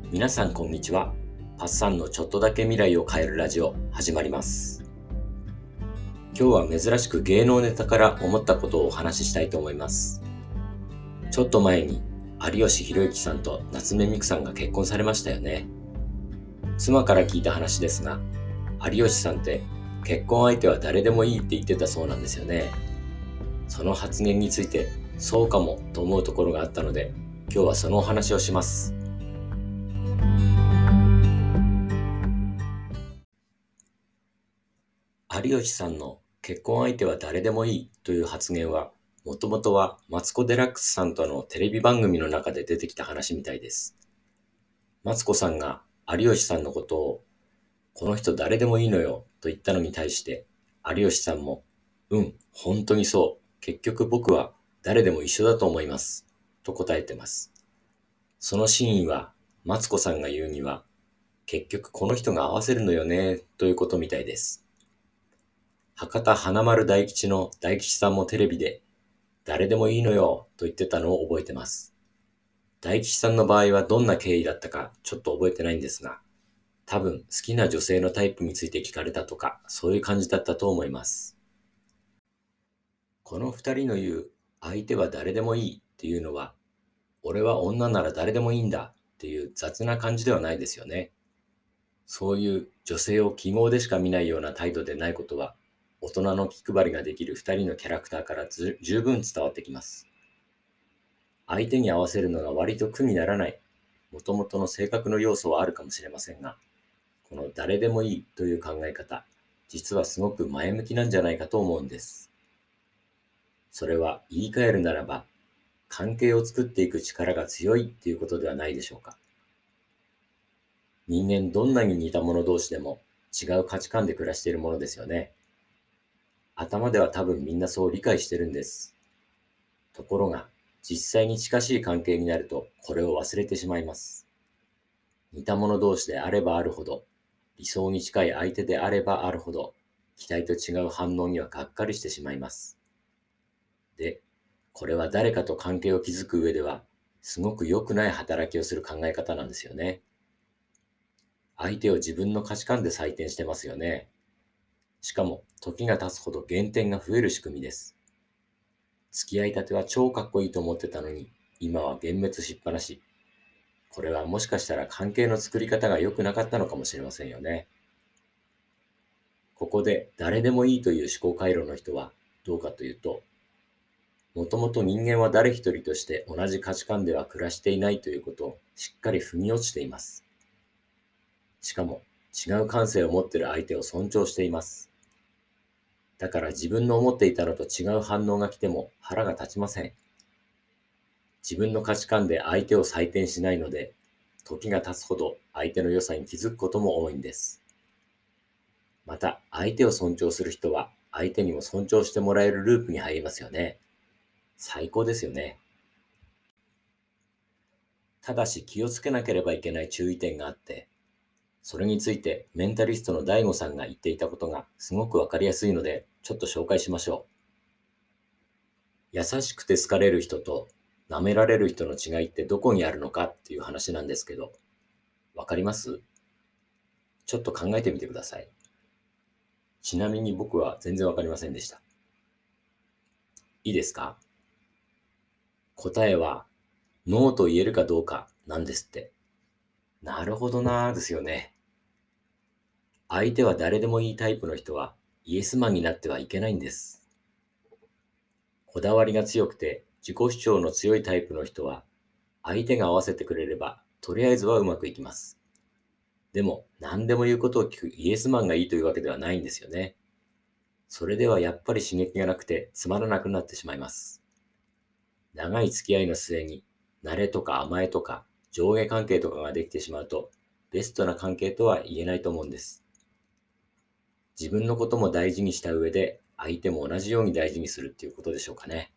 皆さんこんにちは。パッサンのちょっとだけ未来を変えるラジオ始まります。今日は珍しく芸能ネタから思ったことをお話ししたいと思います。ちょっと前に有吉弘行さんと夏目美久さんが結婚されましたよね。妻から聞いた話ですが、有吉さんって結婚相手は誰でもいいって言ってたそうなんですよね。その発言についてそうかもと思うところがあったので、今日はそのお話をします。有吉さんの結婚相手は誰でもいいという発言は、もともとはマツコ・デラックスさんとのテレビ番組の中で出てきた話みたいです。マツコさんが有吉さんのことを、この人誰でもいいのよと言ったのに対して、有吉さんも、本当にそう。結局僕は誰でも一緒だと思います。と答えてます。その真意は、マツコさんが言うには、結局この人が合わせるのよね、ということみたいです。博多華丸大吉の大吉さんもテレビで、誰でもいいのよと言ってたのを覚えてます。大吉さんの場合はどんな経緯だったかちょっと覚えてないんですが、多分好きな女性のタイプについて聞かれたとか、そういう感じだったと思います。この二人の言う、相手は誰でもいいっていうのは、俺は女なら誰でもいいんだっていう雑な感じではないですよね。そういう女性を記号でしか見ないような態度でないことは、大人の気配りができる二人のキャラクターから十分伝わってきます。相手に合わせるのが割と苦にならない、もともとの性格の要素はあるかもしれませんが、この誰でもいいという考え方、実はすごく前向きなんじゃないかと思うんです。それは言い換えるならば、関係を作っていく力が強いっていうことではないでしょうか。人間どんなに似た者同士でも違う価値観で暮らしているものですよね。頭では多分みんなそう理解してるんです。ところが、実際に近しい関係になるとこれを忘れてしまいます。似た者同士であればあるほど、理想に近い相手であればあるほど、期待と違う反応にはがっかりしてしまいます。で、これは誰かと関係を築く上では、すごく良くない働きをする考え方なんですよね。相手を自分の価値観で採点してますよね。しかも、時が経つほど減点が増える仕組みです。付き合いたては超かっこいいと思ってたのに、今は幻滅しっぱなし。これはもしかしたら関係の作り方が良くなかったのかもしれませんよね。ここで誰でもいいという思考回路の人はどうかというと、もともと人間は誰一人として同じ価値観では暮らしていないということをしっかり腑に落ちています。しかも違う感性を持っている相手を尊重しています。だから自分の思っていたのと違う反応が来ても腹が立ちません。自分の価値観で相手を採点しないので、時が経つほど相手の良さに気づくことも多いんです。また、相手を尊重する人は相手にも尊重してもらえるループに入りますよね。最高ですよね。ただし気をつけなければいけない注意点があって、それについてメンタリストの DAIGO さんが言っていたことがすごくわかりやすいので、ちょっと紹介しましょう。優しくて好かれる人と舐められる人の違いってどこにあるのかっていう話なんですけど、わかります？ちょっと考えてみてください。ちなみに僕は全然わかりませんでした。いいですか？答えは、ノーと言えるかどうかなんですって。なるほどなーですよね。相手は誰でもいいタイプの人はイエスマンになってはいけないんです。こだわりが強くて自己主張の強いタイプの人は相手が合わせてくれればとりあえずはうまくいきます。でも何でも言うことを聞くイエスマンがいいというわけではないんですよね。それではやっぱり刺激がなくてつまらなくなってしまいます。長い付き合いの末に慣れとか甘えとか上下関係とかができてしまうとベストな関係とは言えないと思うんです。自分のことも大事にした上で相手も同じように大事にするっていうことでしょうかね。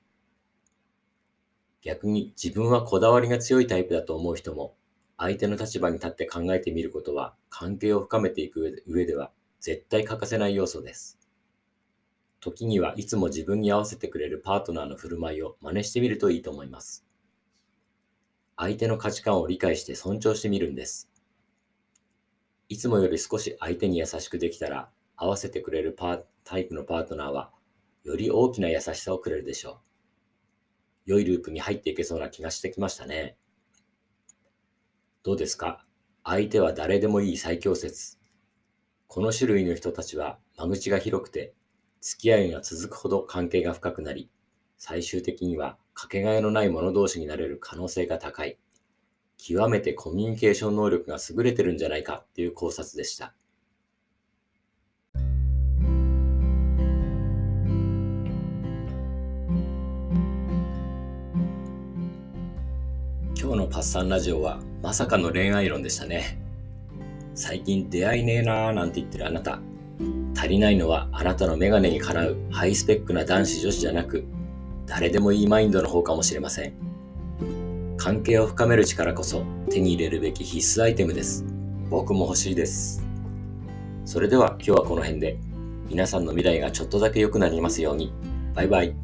逆に自分はこだわりが強いタイプだと思う人も相手の立場に立って考えてみることは関係を深めていく上では絶対欠かせない要素です。時にはいつも自分に合わせてくれるパートナーの振る舞いを真似してみるといいと思います。 相手の価値観を理解して尊重してみるんです。いつもより少し相手に優しくできたら、合わせてくれるタイプのパートナーは、より大きな優しさをくれるでしょう。良いループに入っていけそうな気がしてきましたね。どうですか？相手は誰でもいい最強説。この種類の人たちは間口が広くて、付き合いが続くほど関係が深くなり、最終的にはかけがえのない者同士になれる可能性が高い。極めてコミュニケーション能力が優れてるんじゃないかっていう考察でした。今日のパッサンラジオはまさかの恋愛論でしたね。最近出会いねえなーなんて言ってるあなた。足りないのはあなたのメガネにかなうハイスペックな男子女子じゃなく、誰でもいいマインドの方かもしれません。関係を深める力こそ手に入れるべき必須アイテムです。僕も欲しいです。それでは今日はこの辺で、皆さんの未来がちょっとだけ良くなりますように。バイバイ。